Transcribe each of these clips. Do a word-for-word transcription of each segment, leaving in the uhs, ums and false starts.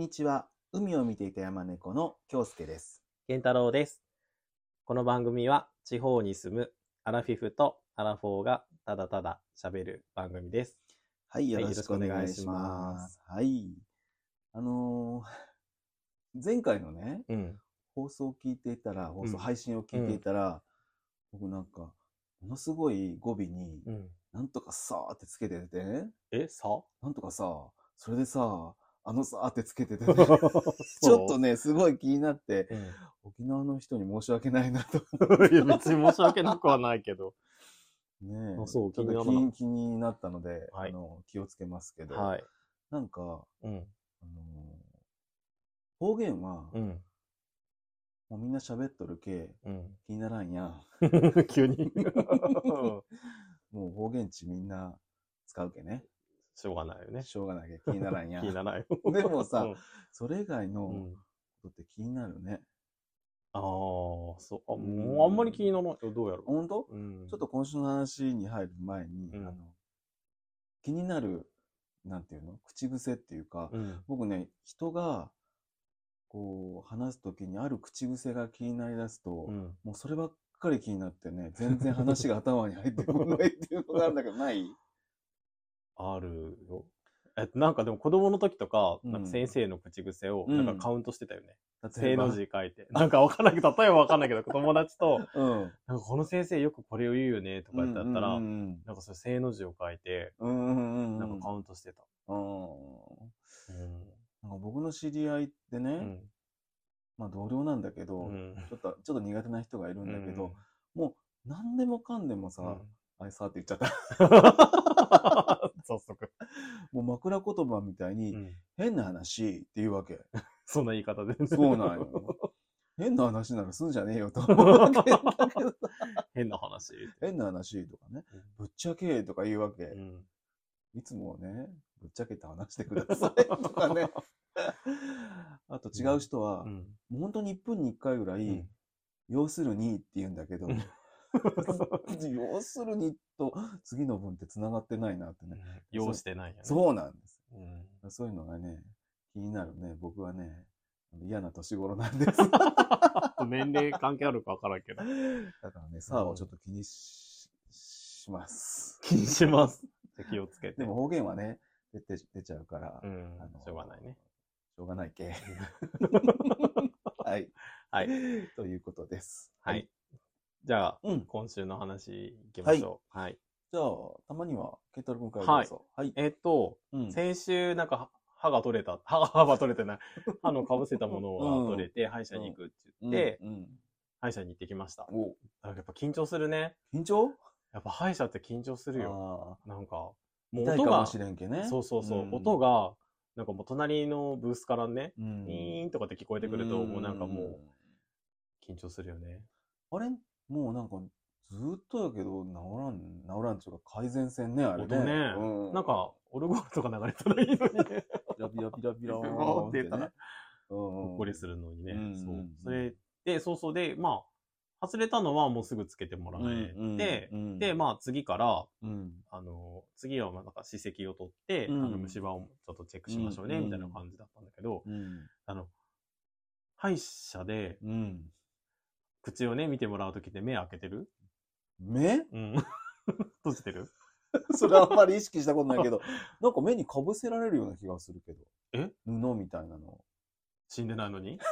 ちは。海を見ていた山猫の京介です。 健太郎です。この番組は地方に住むアラフィフとアラフォーがただただ喋る番組です。 はい、よろしくお願いします。はい。あのー、前回のね、 うん、 放送を聞いていたら、放送、 うん配信を聞いていたら、うん、僕なんか、ものすごい語尾に、うん、なんとかさーってつけててね。 え、さなんとかさ、それでさ、あのさーってつけてて、ね、ちょっとね、すごい気になって、うん、沖縄の人に申し訳ないなと。 いや、別に申し訳なくはないけど。 ねえ、そう、ちょっと気に気になったので、はい、あの気をつけますけど、はい、なんか、うん、あの方言は、うん、もうみんな喋っとるけ、うん、気にならんやん。 急に。 もう方言値みんな使うけね。 しょうがないよね。 しょうがないけ気にならんやん。 気にならないよ。でもさ、うん、それ以外のことって気になるね。 ああ、そう。あ、もうあんまり気にならない。どうやろう。 本当？うん、ちょっと今週の話に入る前に、うん、あの気になる、なんていうの？口癖っていうか、うん、僕ね、人が、こう、話すときにある口癖が気になりだすと、うん、もうそればっかり気になってね、全然話が頭に入ってこないっていうのがあるんだけど、ないあるよ。えっと、なんかでも子供の時とか、うん、なんか先生の口癖をなんかカウントしてたよね。うん、正の字書いて。なんかわかんないけど、例えばわかんないけど、友達と、うん、なんかこの先生よくこれを言うよねとかやったら、うんうんうん、なんかそれ正の字を書いて、うんうんうん、なんかカウントしてた。うん、 なんか僕の知り合いってね、うん、まあ同僚なんだけど、うん、ちょっと、ちょっと苦手な人がいるんだけど、うん、もう何でもかんでもさ、うん、あいさって言っちゃった。 早速。 もう枕言葉みたいに、うん、変な話って言うわけ。 そんな言い方で、 ね。そうなんよ。変な話ならすんじゃねえよと思うわけだけど変な話。 変な話とかね、うん、ぶっちゃけとか言うわけ。うん、いつもね、ぶっちゃけて話してくださいとかね。あと違う人は、うん、もう本当にいっぷんにいっかいぐらい、うん、要するにって言うんだけど、要するにと次の文って繋がってないなってね。 うん、要してないよね。 そうなんです、うん。そういうのがね、気になるね。僕はね、嫌な年頃なんです。 年齢関係あるか分からんけど。 だからね、さあをちょっと気に し,、うん、します。 気にします。気をつけて。 でも方言はね、出て出ちゃうから、うん、 あのしょうがないね。 しょうがないけ。はい。 はい。 ということです。 はい。はい、じゃあ、うん、今週の話いきましょう。はい。はい、 じゃあ、たまには、ケンタロウ君からどうぞ。 はい。はい、えっと、うん、先週、なんか、歯が取れた。歯が、歯が取れてない。歯のかぶせたものが取れて、歯医者に行くって言って、うんうん、歯医者に行ってきました。おやっぱ緊張するね。 緊張？ やっぱ歯医者って緊張するよ。なんか、 もう音が、痛いかもしれんけね。 そうそうそう。うん、音が、なんかもう隣のブースからね、うん、ピーンとかって聞こえてくると、うん、もうなんかもう、緊張するよね。 あれもうなんか、ずっとだけど、治らん、治らんっていうか改善せんね、あれね。 音ね。うん、なんか、オルゴールとか流れたらいいのにね。 ビラビラビラビラーって言ったら、 ほっこりするのにね。うん、そう。それで、そうそうで、まあ、外れたのはもうすぐつけてもらえて、うんうん、で、まあ次から、うん、あの、次はまあなんか歯石を取って、うん、あの虫歯をちょっとチェックしましょうね、うん、みたいな感じだったんだけど、うん、あの、歯医者で、うん、口をね、見てもらうときって目開けてる？ 目？ うん。閉じてる？ それはあんまり意識したことないけど、なんか目にかぶせられるような気がするけど。 え？ 布みたいなの。 死んでないのに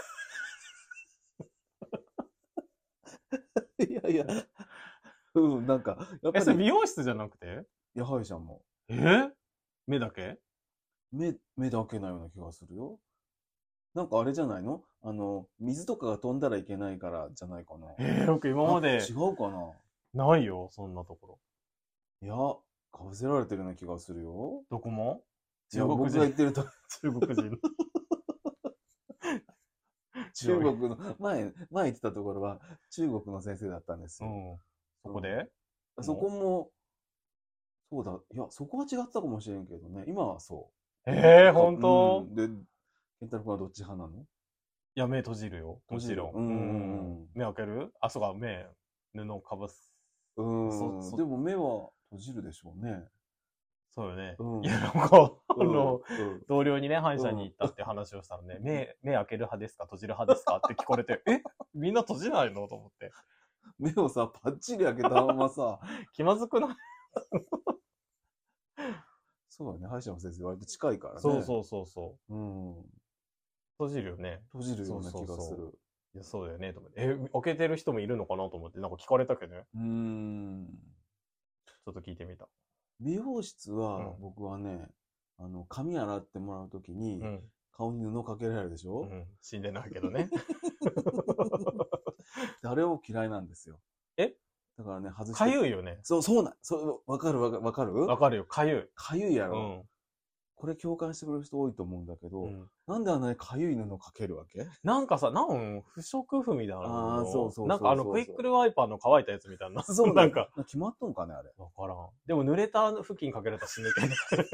いやいや、うん、なんか、 やっぱり。え、それ美容室じゃなくて？ いや、歯医者も。 え？目だけ？ 目、目だけなような気がするよ。なんかあれじゃないの？あの、水とかが飛んだらいけないからじゃないかな。 えー、僕今まで。 違うかな？ ないよ、そんなところ。 いや、かぶせられてるような気がするよ。 どこも？ 中国人。僕が言ってると。 中国人。 中国の、前、前言ってたところは中国の先生だったんですよ。うん、 そこで？ そこも、そうだ、いや、そこは違ったかもしれんけどね。今はそう。 ええー、ほんと？ うん、で、ケンタロウ君はどっち派なの？ いや、目閉じるよ。もちろん。うんうんうん。目開ける？あ、そうか、目、布をかぶす。 うん。でも目は閉じるでしょうね。 そうよね。 うん、 いや、なんか、あの、うん、同僚にね、歯医者に行ったって話をしたらね、目、目開ける派ですか閉じる派ですかって聞かれて、えみんな閉じないのと思って。 目をさ、パッチリ開けたままさ、 気まずくないそうだね、歯医者の先生割と近いからね。 そうそうそうそう。 うん。 閉じるよね。 閉じるような気がする。そうそうそう、 いや、そうだよね、と思って。え、開けてる人もいるのかなと思って、なんか聞かれたけどね。 うーん。 ちょっと聞いてみた。 美容室は、僕はね、うん、あの、髪洗ってもらうときに、うん、顔に布かけられるでしょ、うん、 死んでないけどね。 あれを嫌いなんですよ。 えだからね、外して。 かゆいよね。 そう、そうな、そう、わかるわかるわかるわかるよ、かゆい。 かゆいやろ。うん。これ共感してくれる人多いと思うんだけど、うん、なんであんなにかゆい布かけるわけ？ なんかさ、なん不織布みたいなの。 ああ、そうそうそうそう。 なんかあの、クイックルワイパーの乾いたやつみたいな。 そうなんか。決まっとんかね、あれ。 わからん。でも濡れた付近かけられたら死ぬけど。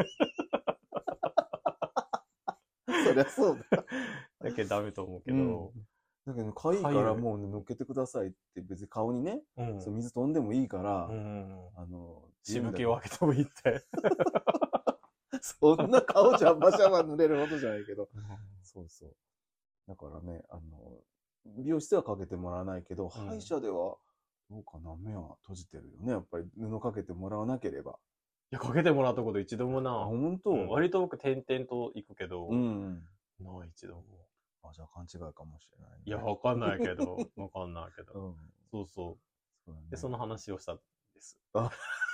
そりゃそうだ。 だけどダメと思うけど。うん、 だけど、かゆいからもう乗っけてくださいって別に顔にね、うん、そう水飛んでもいいから、うん、あの、 しぶきを開けてもいいって。 そんな顔ジャンバシャバ濡れるほどじゃないけど。そうそう。だからね、あの、美容室ではかけてもらわないけど、うん、歯医者では、どうかな、目は閉じてるよね。やっぱり布かけてもらわなければ。 いや、かけてもらったこと一度もな。 本当、うん、 割と僕点々と行くけど、うん、ない一度も。 あ、じゃあ勘違いかもしれない、ね。 いや、わかんないけど、わかんないけど。うん、そうそう。そうだね、で、その話をしたんです。あ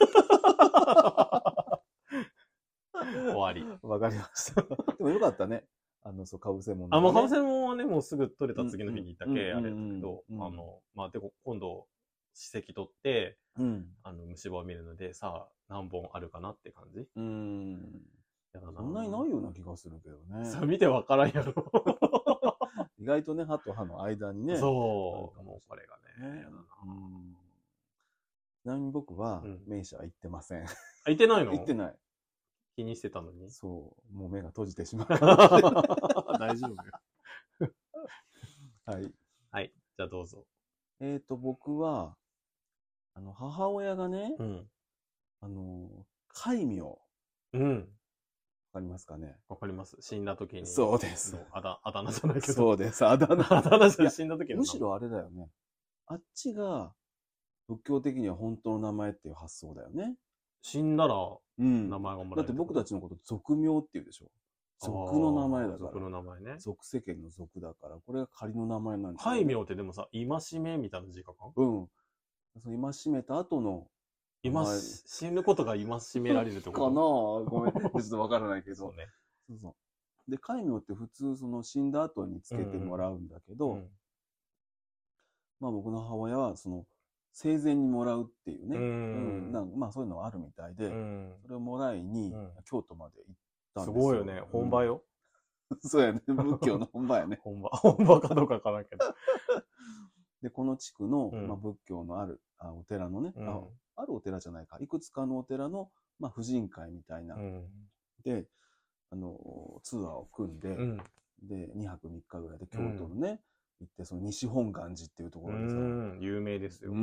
終わり。 わかりました。でもよかったね。あの、そう、かぶせ物、 ね。あ、もうかぶせ物はね、もうすぐ取れた次の日にだけあれだけど、あの、まあ、でも今度、歯石取って、うん、あの、虫歯を見るので、さあ、何本あるかなって感じ。うん。 やだな。そんなにないような気がするけどね。 さあ、見てわからんやろ。 意外とね、歯と歯の間にね。 そう。もうこれがね。やだな。 うんちなみに僕は、名医は行ってません。あ、 行ってないの？ 行ってない。 気にしてたのに。 そう。もう目が閉じてしまう。 大丈夫よ。 はい。 はい。じゃあどうぞ。 えっと、僕は、あの、母親がね、うん、あの、戒名。うん。わかりますかね？ わかります。死んだ時に。 そうです。 あだ、あだ名じゃないけど。 そうです。あだ名。 あだ名じゃない。死んだ時の。 むしろあれだよね。あっちが、仏教的には本当の名前っていう発想だよね。 死んだら、名前がもらえる、うん。 だって僕たちのこと俗名って言うでしょ。俗の名前だから。 俗の名前ね。 俗世間の俗だから、これが仮の名前なんですよ、ね。戒名ってでもさ、戒めみたいな字書かん？ うん。その戒めた後の。 今、死ぬことが戒められるってことかなぁ。ごめん。ちょっとわからないけど。そうね。そうそう。で、戒名って普通、その死んだ後につけてもらうんだけど、うんうん、まあ僕の母親は、その、生前にもらうっていうね。うん。うん、なんまあそういうのはあるみたいで、うん、それをもらいに、京都まで行ったんですよ。 すごいよね。本場よ。 うん、そうやね。仏教の本場やね。 本場。本場かどうかわからんけど。 で、この地区の、まあ、仏教のあるあお寺のね、うん、あ、あるお寺じゃないか、いくつかのお寺の、まあ、婦人会みたいな、うん、で、あの、ツアーを組んで、うん、で、にはくみっかぐらいで京都のね、行って、その西本願寺っていうところでさ、うん、 有名ですよ。 うん、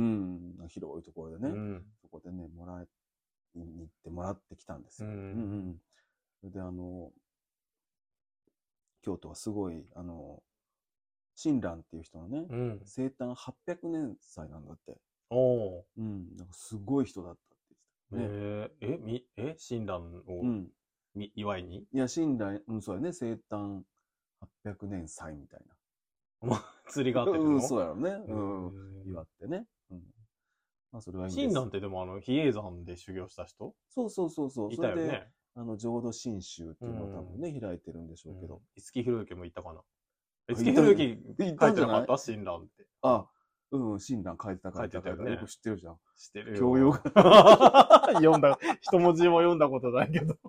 広いところでね、うん、そこでね、もらいに行ってもらってきたんですよ。うんうん、それで、あの、京都はすごい、あの、親鸞っていう人のね、うん、生誕はっぴゃくねんさいなんだって。おうん。なんかすごい人だったって言ってた、ね。えー、え、み、え、親鸞を、うん、み祝いに？ いや、親鸞、うん、そうやね、生誕はっぴゃくねん祭みたいな。釣りがあってるの？ うん、そうやろね。うん。祝ってね。うん。まあ、それはいいんです。 親鸞ってでも、あの、比叡山で修行した人？ そうそうそうそう。 いたよね。 それで、あの、浄土真宗っていうのを多分ね、開いてるんでしょうけど。 五木ひろゆきも行ったかな。五木ひろゆき書いてなかった親鸞って。 あ、うん、親鸞書いてた書いてたよね。よく知ってるじゃん。 知ってるよ。 教養読んだ、一文字も読んだことないけど。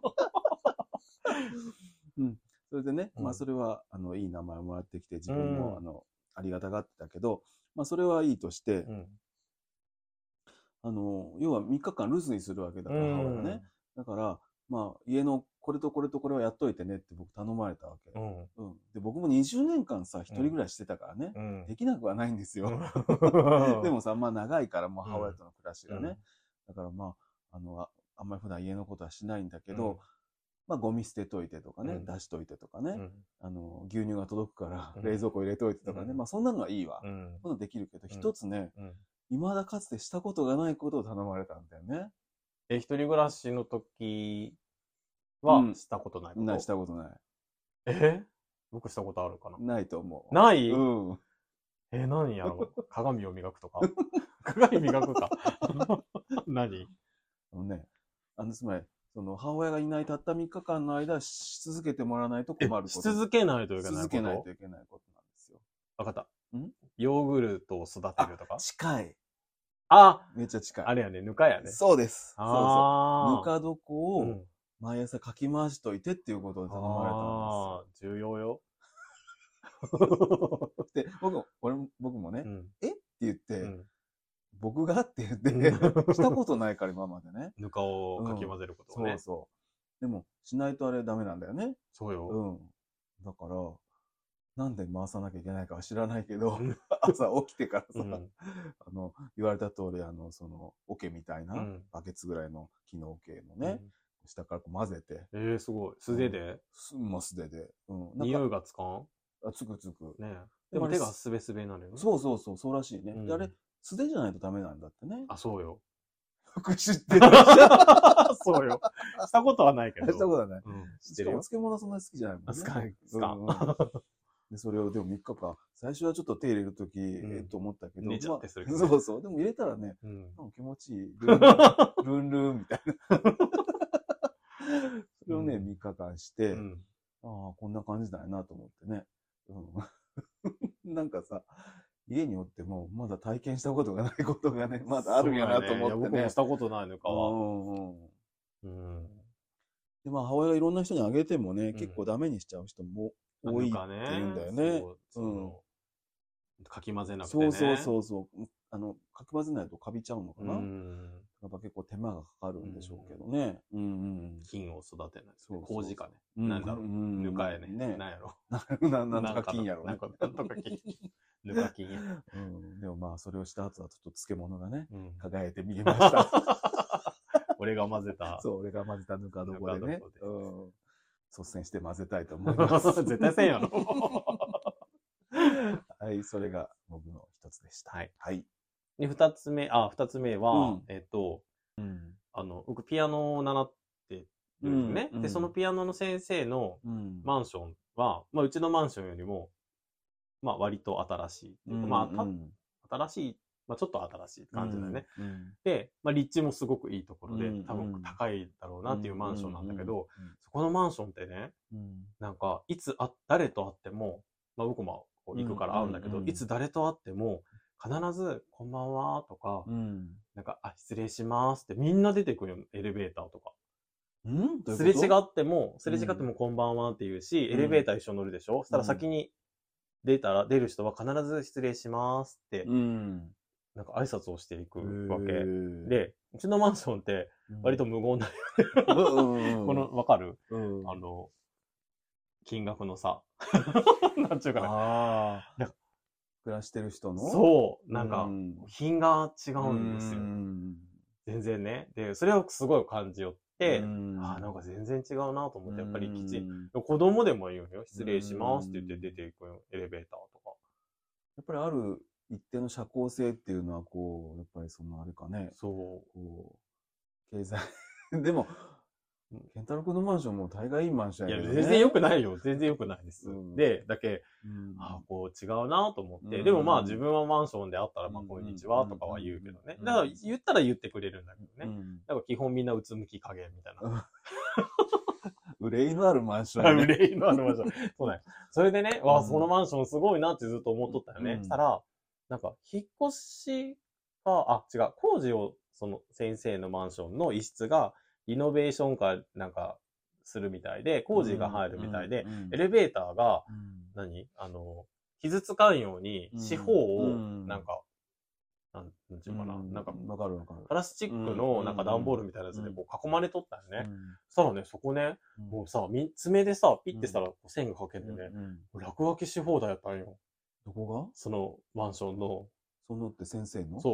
うん。それでね、まあそれは、あの、いい名前をもらってきて、自分も、あの、ありがたがってたけど、まあそれはいいとして、あの、要はみっかかん留守にするわけだから、母親がね。だから、まあ、家のこれとこれとこれはやっといてねって僕頼まれたわけ。うん。うん、で、僕もにじゅうねんかんさ、一人暮らししてたからね、うん、できなくはないんですよ。うん、でもさ、まあ長いからもう母親との暮らしがね。うん、だからまあ、あの、 あんまり普段家のことはしないんだけど、うん、まあゴミ捨てといてとかね、うん、出しといてとかね、うん、あの、牛乳が届くから冷蔵庫入れといてとかね、うん、まあそんなのはいいわ。うん、そういうのできるけど、一つね、うん、未だかつてしたことがないことを頼まれたんだよね。 え、一人暮らしの時はしたことないこと、うん、 ない、したことない。 え僕したことあるかな？ ないと思う。ない？ うん。 え、何やろう鏡を磨くとか鏡磨くか何あのね、あの、つまり、その、母親がいないたったみっかかんの間、し続けてもらわないと困ること。 し続けないといけないこと。 続けないといけないことなんですよ。 わかった。んヨーグルトを育てるとか？ 近い。 あめっちゃ近い。 あれやね、ぬかやね。 そうです。 あそうそう。ぬか床を、毎朝かき回しといてっていうことを頼まれたんですよ。 ああ、重要よ。 で、僕、俺も、僕もね、うん、えって言って、うん、僕がって言って、したことないから今までね。 ぬかをかき混ぜることをね、 うん。そうそう。でも、しないとあれダメなんだよね。 そうよ。 うん。だから、なんで回さなきゃいけないかは知らないけど、朝起きてからさ、うん、あの、言われた通り、あの、その、桶みたいな、うん、バケツぐらいの木の桶のね、うん、下から混ぜて。 えー、すごい。素手で、 うん、もう素手で。 うん。匂いがつかん？ あ、つくつく。 ねえ。でも手がすべすべになるよね。 そうそうそう、そうらしいね。うん、であれ、素手じゃないとダメなんだってね。 あ、そうよ。 僕知ってる。 そうよ。したことはないけど。 したことはない。 うん。知ってるよ。 お漬物そんなに好きじゃないもんね。 好かない。好かん。 で、それをでもみっかかん、最初はちょっと手入れるとき、うん、えっと思ったけど。 寝ちゃってするけど、 ね。そうそう。でも入れたらね、うん、気持ちいい。ルンルン、ルンルンみたいな。それをね、みっかかんして、うん、ああ、こんな感じだよなと思ってね。うん、なんかさ、家におっても、まだ体験したことがないことがね、まだあるんやなと思ってね。ね、 僕もしたことないのかは。 うんうん。で、まあ、母親がいろんな人にあげてもね、うん、結構ダメにしちゃう人も多いって言うんだよね。 そうそう、うん、かき混ぜなくてね。そうそうそうそう。あの、かき混ぜないとカビちゃうのかな。うん、やっぱ結構手間がかかるんでしょうけどね。うんうん。 菌を育てない。そう。麹かね。なんだろう。ぬかやね。なんやろ。 な、なんとか菌やろ。 なんとか菌。ぬか菌や。 うん。でもまあ、それをした後はちょっと漬物がね、輝いて見えました。 俺が混ぜた。 そう、俺が混ぜたぬか床でね。うん。率先して混ぜたいと思います。 絶対せんやろ。 はい、それが僕の一つでした。 はい。 はい。 で、二つ目、あ、二つ目は、えっと、あの、僕ピアノを習ってるんですね。で、そのピアノの先生のマンションは、まあ、うちのマンションよりも、まあ、割と新しいっていうか、まあ、新しい、まあ、ちょっと新しい感じだよね。で、まあ、立地もすごくいいところで、多分高いだろうなっていうマンションなんだけど、そこのマンションってね、なんか、いつあ、誰と会っても、まあ、僕も行くから会うんだけど、いつ誰と会っても、必ず、こんばんはとか、なんか、あ、失礼しますってみんな出てくるよ、エレベーターとか。すれ違っても、すれ違ってもこんばんはって言うし、エレベーター一緒乗るでしょ？そしたら先に出たら、出る人は必ず失礼しますって、なんか挨拶をしていくわけ。で、うちのマンションって割と無言だよね。この、わかる？あの、金額の差。なんちゅうかな。暮らしてる人のそう。なんか、品が違うんですよ。全然ね。で、それをすごい感じよって、ああ、なんか全然違うなと思って、やっぱりきちん。子供でも言うよ。失礼しますって言って出ていくよ。エレベーターとか。 やっぱりある一定の社交性っていうのは、こう、やっぱりそのあれかね。 そう。 こう、経済。でも、ケンタロウ君のマンションも大概いいマンションやけどね。 いや、全然良くないよ。全然良くないです。うん、で、だけ、うん、ああ、こう違うなと思って。うん、でもまあ自分はマンションであったら、まあこんにちはとかは言うけどね。だから言ったら言ってくれるんだけどね。うん、だから基本みんなうつむき加減みたいな。 憂いのあるマンション、 ね。憂いのあるマンション。そうだよ。それでね、わあ、そのマンションすごいなってずっと思っとったよね。そしたら、なんか、引っ越しが、あ、違う、工事を、その先生のマンションの一室が、リノベーションかなんかするみたいで、工事が入るみたいで、エレベーターが、何あの、傷つかんように、四方を、なんか、なんていうかな、なんか、 わかるわかる。 プラスチックの、なんか段ボールみたいなやつで、こう、囲まれとったよね。そしたらね、そこね、もうさ、爪でさ、ピッてしたら線がかけてね、落書きし放題やったんよ。 どこが？ そのマンションの。 そのって先生の？ そう。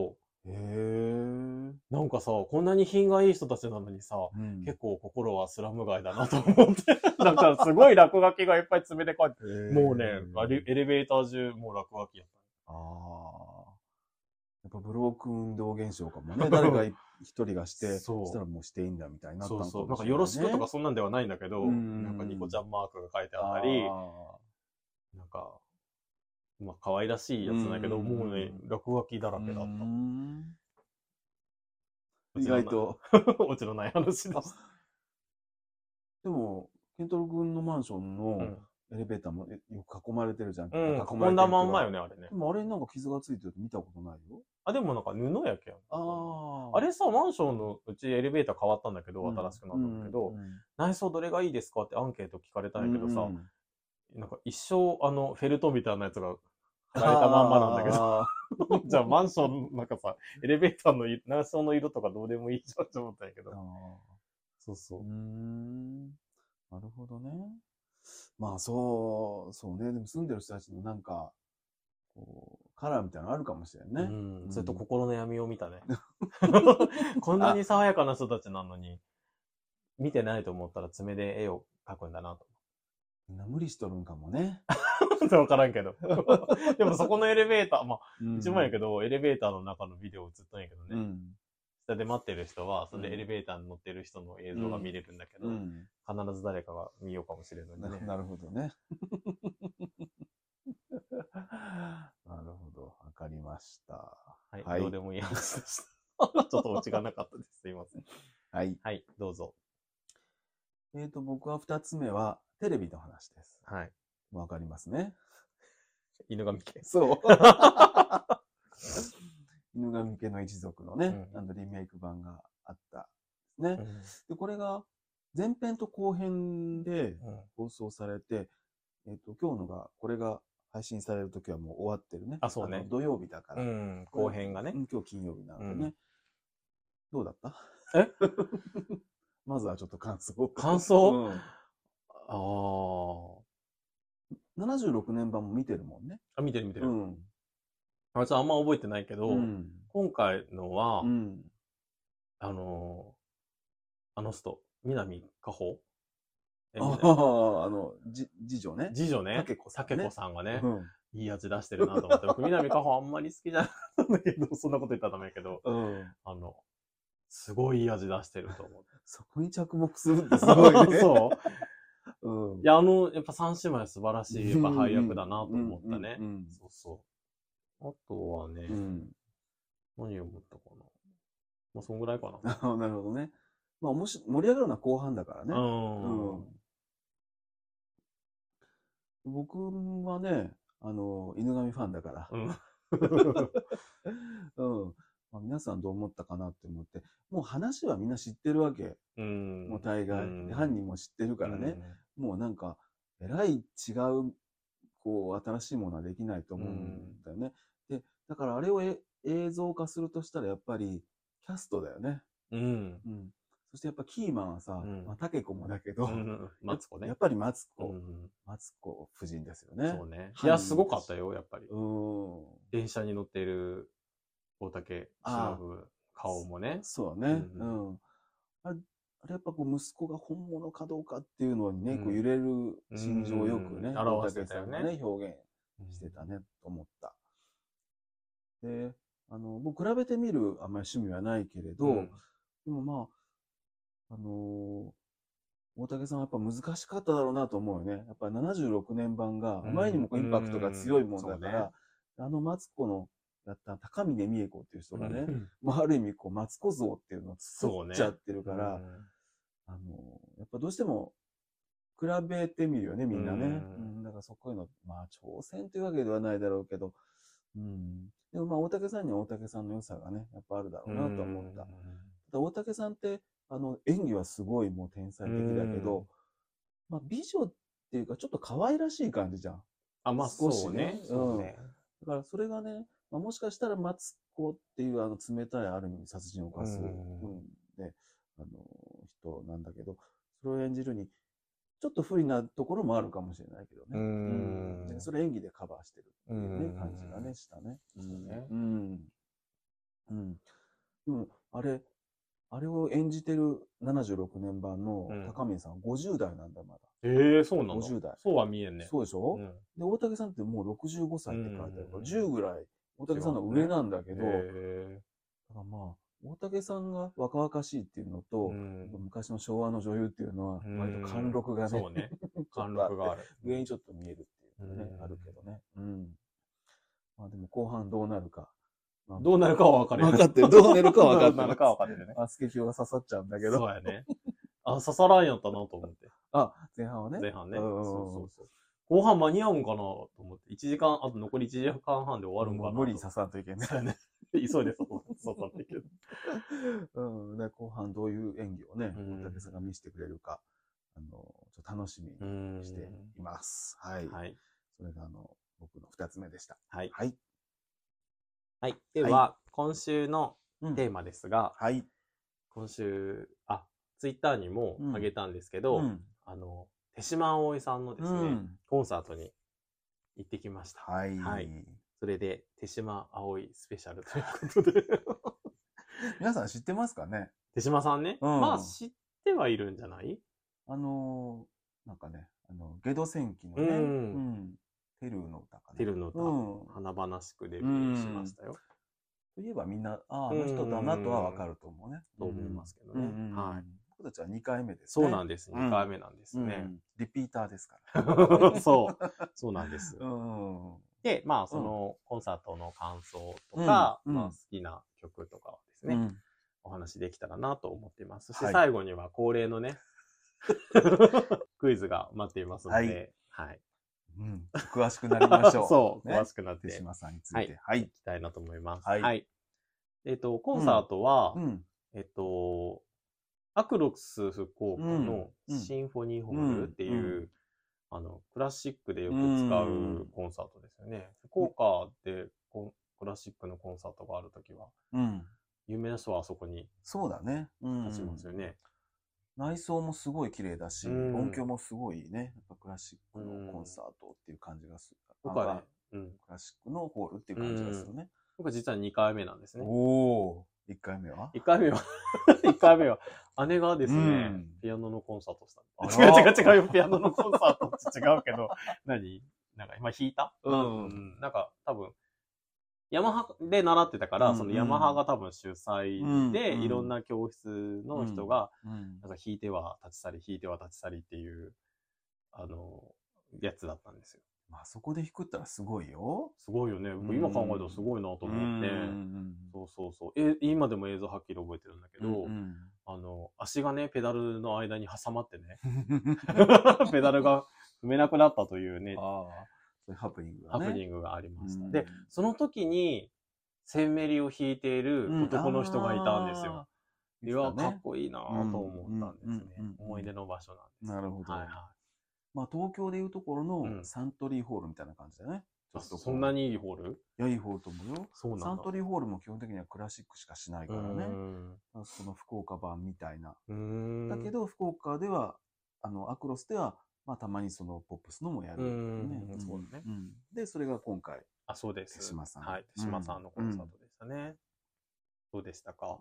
へえ。 なんかさ、こんなに品がいい人たちなのにさ、うん、結構心はスラム街だなと思って。なんかすごい落書きがいっぱい詰めて書いて、もうね、エレベーター中もう落書きやった。 ああ。やっぱブローク運動現象かもね。誰か一人がして、そしたらもうしていいんだみたいになったのかもしれない、ね。 そうそう。なんかよろしくとかそんなんではないんだけど、なんかニコちゃんマークが書いてあったり、なんか、まあ可愛らしいやつだけど、もうね、落書きだらけだった。 意外と。 オチのない話です。 でも、ケントロ君のマンションのエレベーターもよく囲まれてるじゃん。 うん、囲んだまんまよね、あれね。 でもあれなんか傷がついてると見たことないよ。 あ、でもなんか布やけん。ああ。あれさ、マンションのうちエレベーター変わったんだけど、新しくなったんだけど、内装どれがいいですかってアンケート聞かれたんやけどさ、なんか一生あのフェルトみたいなやつが貼られたまんまなんだけど、じゃあマンションなんかさ、エレベーターの内装の色とかどうでもいいじゃんって思ったんやけど。そうそう。うーん。なるほどね。まあそう、そうね。でも住んでる人たちのなんか、こう、カラーみたいなのあるかもしれんね。 うん。それと心の闇を見たね。こんなに爽やかな人たちなのに、見てないと思ったら爪で絵を描くんだなと。 みんな無理しとるんかもね。 わからんけど。でもそこのエレベーター、まあ、一番やけど、エレベーターの中のビデオ映ったんやけどね。うん、下で待ってる人は、それでエレベーターに乗ってる人の映像が見れるんだけど、うん、必ず誰かが見ようかもしれないね。 なるほどね。なるほど。わかりました。 はい。はい、どうでもいい話でした。ちょっとオチがなかったです。すいません。 はい。 はい、どうぞ。 えっと、僕は二つ目は、テレビの話です。 はい。 わかりますね。 犬神家。 そう。犬神家の一族のね、うん、あのリメイク版があったですね。うん、で、これが前編と後編で放送されて、うん、えっと、今日のが、これが配信されるときはもう終わってるね。 あ、そうね。 土曜日だから。 うん、後編がね。 今日金曜日なんでね。うん、どうだった？ えまずはちょっと感想。 感想、うん、ああ。ななじゅうろくねん版も見てるもんね。 あ、見てる見てる。うん。あ、あんま覚えてないけど、うん、今回のは、うん、あのー、あの人、南果歩ああ、あの、じ、次女ね。 次女ね。 竹子さん、ね。竹子さんがね、うん、いい味出してるなと思って、僕、南果歩あんまり好きじゃなかったんだけど、そんなこと言ったらダメやけど、うん、あの、すごいいい味出してると思って。 そこに着目するってすごいね。 そう。うん、いや、あの、やっぱ三姉妹素晴らしい、やっぱ配役だなと思ったね。そうそう。あとはね、うん、何を思ったかな。まあ、そんぐらいかな。 なるほどね。まあ、もし、盛り上がるのは後半だからね。うん。うん、僕はね、あの、犬神ファンだから。うん。うん。まあ、皆さんどう思ったかなって思って、もう話はみんな知ってるわけ。うん。もう大概。うん、犯人も知ってるからね。うん、もうなんか、えらい違う、こう、新しいものはできないと思うんだよね。うん、で、だからあれをえ映像化するとしたらやっぱり、キャストだよね。うん。うん。そしてやっぱキーマンはさ、うん、まあ、タケコもだけど、うん、 マツコね。 やっぱりマツコ。うん、マツコ夫人ですよね。 そうね。いや、すごかったよ、やっぱり。うん。電車に乗っている大竹しのぶ顔もね。 そうね。うん、うん。あれ、あれやっぱこう息子が本物かどうかっていうのにね、うん、こう揺れる心情をよくね、大竹さんがね、表現してたね、と思った。で、あの、僕比べてみるあんまり趣味はないけれど、うん、でもまあ、あのー、大竹さんはやっぱ難しかっただろうなと思うよね。やっぱりななじゅうろくねん版があまりにもインパクトが強いもんだから、うんね、あのマツコのやった高峰美恵子っていう人がね、うん、まあある意味こうマツコ像っていうのを作っちゃってるから、ね、うん、あのー、やっぱどうしても比べてみるよね、みんなね。うん、だからそこへの、まあ挑戦というわけではないだろうけど、うん。でもまあ大竹さんには大竹さんの良さがね、やっぱあるだろうなと思った。ただ大竹さんって、あの、演技はすごいもう天才的だけど、まあ美女っていうかちょっと可愛らしい感じじゃん。 あ、まあ少しね。 そうね。だからそれがね、まあ、もしかしたらマツコっていうあの冷たいある意味殺人を犯す、うん、で、あの、人なんだけど、それを演じるに、ちょっと不利なところもあるかもしれないけどね。うん。でそれ演技でカバーしてるっていうね、感じがね、したね。 そうね。 うん。 うん。でも、あれ、あれを演じてるななじゅうろくねん版の高見さんはごじゅう代なんだ、まだ。 ええ、そうなの？ ごじゅう代。 そうは見えんね。 そうでしょ、うん、で、大竹さんってもうろくじゅうごさいって書いてあるから、じゅうぐらい大竹さんの上なんだけど、だからまあ、大竹さんが若々しいっていうのと、昔の昭和の女優っていうのは、割と貫禄がね、 そうね。貫禄がある。 上にちょっと見えるっていうのね、あるけどね。うん。まあでも後半どうなるか。 どうなるかは分かるよね。分かってる。どうなるかは分かってる。 どうなるかは分かってるね。 あ、スケキヨが刺さっちゃうんだけど。 そうやね。あ、刺さらんやったなと思って。 あ、前半はね。 前半ね。そうそうそう。後半間に合うんかなと思って。いちじかん、あと残りいちじかんはんで終わるんかな。 無理に刺さんといけない。 ね。急いで刺さんといけない。 うん。で、後半どういう演技をね、大竹さんが見せてくれるか、あの、ちょっと楽しみにしています。はい。はい。それが、あの、僕の二つ目でした。 はい。 はい。 はい。では、今週のテーマですが、はい。今週、あ、ツイッターにもあげたんですけど、あの、手島葵さんのですね、コンサートに行ってきました。はい。はい。それで、手島葵スペシャルということで。 皆さん知ってますかね？ 手島さんね。まあ、知ってはいるんじゃない？ あの、なんかね、あの、ゲド戦記のね、うん。テルの歌かね。 テルの歌。華々しくデビューしましたよ。 といえばみんな、ああ、あの人だなとはわかると思うね。 と思いますけどね。はい。 僕たちはにかいめですね。そうなんです。にかいめなんですね。 リピーターですから。 そう。そうなんです。で、まあ、そのコンサートの感想とか、まあ、好きな曲とかをですね、お話できたらなと思っています。そして最後には恒例のね、クイズが待っていますので、はい。 うん、詳しくなりましょう。 そう、詳しくなって。 手島さんについて。 はい。行きたいなと思います。はい。えっと、コンサートは、えっと、アクロス福岡のシンフォニーホールっていう、あの、クラシックでよく使うコンサートですよね。福岡でクラシックのコンサートがあるときは、有名な人はあそこにそうだね。 立ちますよね。 内装もすごい綺麗だし、音響もすごいね、やっぱクラシックのコンサートっていう感じがする。 僕はね、 クラシックのホールっていう感じがするね。 僕は実はにかいめなんですね。 おー。いっかいめは ?いっかいめは、いっかいめは、姉がですね、ピアノのコンサートした。違う違う違うよ、ピアノのコンサートって違うけど、何なんか今弾いたうん。なんか多分、ヤマハで習ってたから、そのヤマハが多分主催で、いろんな教室の人が、なんか弾いては立ち去り、弾いては立ち去りっていう、あの、やつだったんですよ。 まあそこで弾くったらすごいよ。 すごいよね。僕今考えたらすごいなと思って。そうそうそう。え、今でも映像はっきり覚えてるんだけど、あの、足がね、ペダルの間に挟まってね、ペダルが踏めなくなったというね。 そういうハプニングがね。ハプニングがありました。で、その時に、センメリを弾いている男の人がいたんですよ。いや、かっこいいなと思ったんですね。思い出の場所なんです。 なるほど。はいはい。まあ東京でいうところのサントリーホールみたいな感じだね。 そんなにいいホール？ いや、いいホールと思うよ。そうなんだ。サントリーホールも基本的にはクラシックしかしないからね。その福岡版みたいな。だけど、福岡では、あの、アクロスでは、まあたまにそのポップスのもやるね。そうだね。で、それが今回。 あ、そうです。 手島さん。 はい。手島さんのコンサートでしたね。どうでしたか？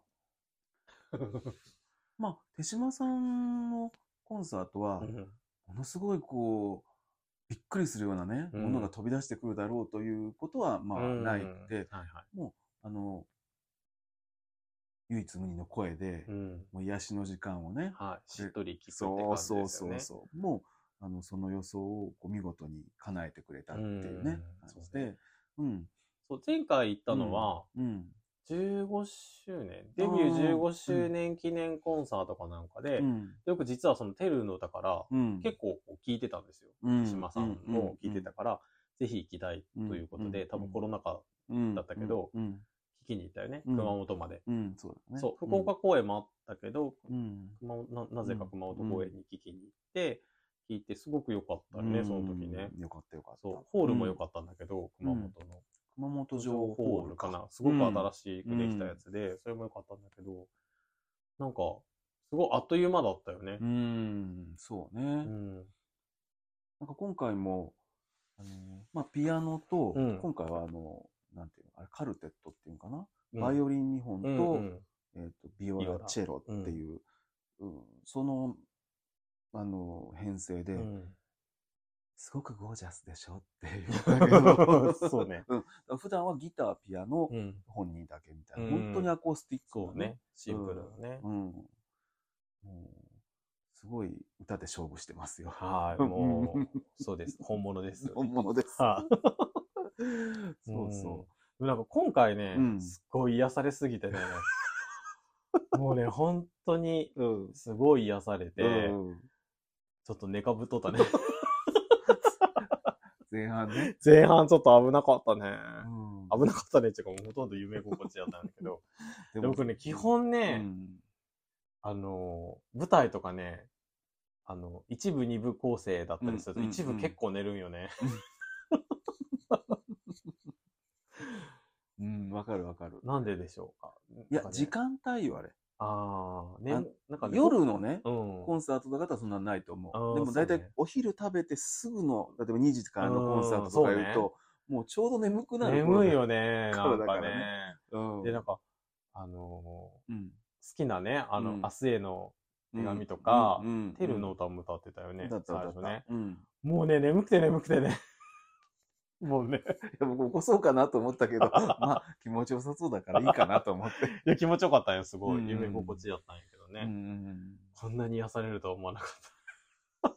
まあ、手島さんのコンサートは、ものすごいこう、びっくりするようなね、ものが飛び出してくるだろうということは、まあ、ないって、もう、あの、唯一無二の声で、もう癒しの時間をね、 はい、しっとり聞くって感じですよね。 そうそうそう。もう、あの、その予想をこう見事に叶えてくれたっていうね、感じで、うん。 そう、前回行ったのは、うんじゅうごしゅうねん、デビューじゅうごしゅうねん記念コンサートかなんかで、うん、よく実はそのテルの歌から、結構聞いてたんですよ。手島さんも聞いてたから、ぜひ行きたいということで、多分コロナ禍だったけど、聞きに行ったよね、熊本まで。そうだね。そう、福岡公演もあったけど、熊な, なぜか熊本公演に聞きに行って、聞いてすごく良かったよね、その時ね。 よかったよかった。 そう、ホールも良かったんだけど、熊本の。 熊本城ホールかな。 すごく新しくできたやつで、それも良かったんだけど、なんか、すごいあっという間だったよね。 うん、そうね。うん、なんか今回も、あの、まあ、ピアノと、今回はあの、なんていうの、あれ、カルテットっていうのかなバイオリンにほんと、うんうん、えっと、ビオラ、チェロっていう、うん、その、あの、編成で、うん、すごくゴージャスでしょって言ったけど、 そうね。 うん、普段はギター、ピアノ、うん、本人だけみたいな、本当にアコースティックな、ね、 そうね。シンプルなね。うん。うんすごい歌で勝負してますよ。 はい、もう、そうです。本物です。 本物です。 はそうそう。 なんか今回ね、うん、すっごい癒されすぎてね、もうね、本当に、すごい癒されて、うん、ちょっと寝かぶっとったね。 前半ね。 前半ちょっと危なかったね。うん、危なかったねっていうか、もうほとんど夢心地だったんだけど。でも僕ね、基本ね、うん、あの、舞台とかね、あの、一部二部構成だったりすると、一部結構寝るんよね。 うん、わかるわかる。 なんででしょうか。 いや、ね、時間帯よ、あれ。 ああ、ね、 なんかね、夜のね、うん、コンサートだったらそんなないと思う。でも大体お昼食べてすぐの、例えばにじからのコンサートとか言うと、うね、もうちょうど眠くなる頃。眠いよね、なんかね。うん、で、なんか、あのーうん、好きなね、あの、うん、明日への手紙とか、うん、テルの歌も歌ってたよね、最初ね。うん、もうね、眠くて眠くてね。もうね。いや、僕起こそうかなと思ったけど、まあ、気持ちよさそうだからいいかなと思って。 いや、気持ちよかったよ、すごい。夢心地だったんやけどね。うんうん、こんなに癒されるとは思わなかった。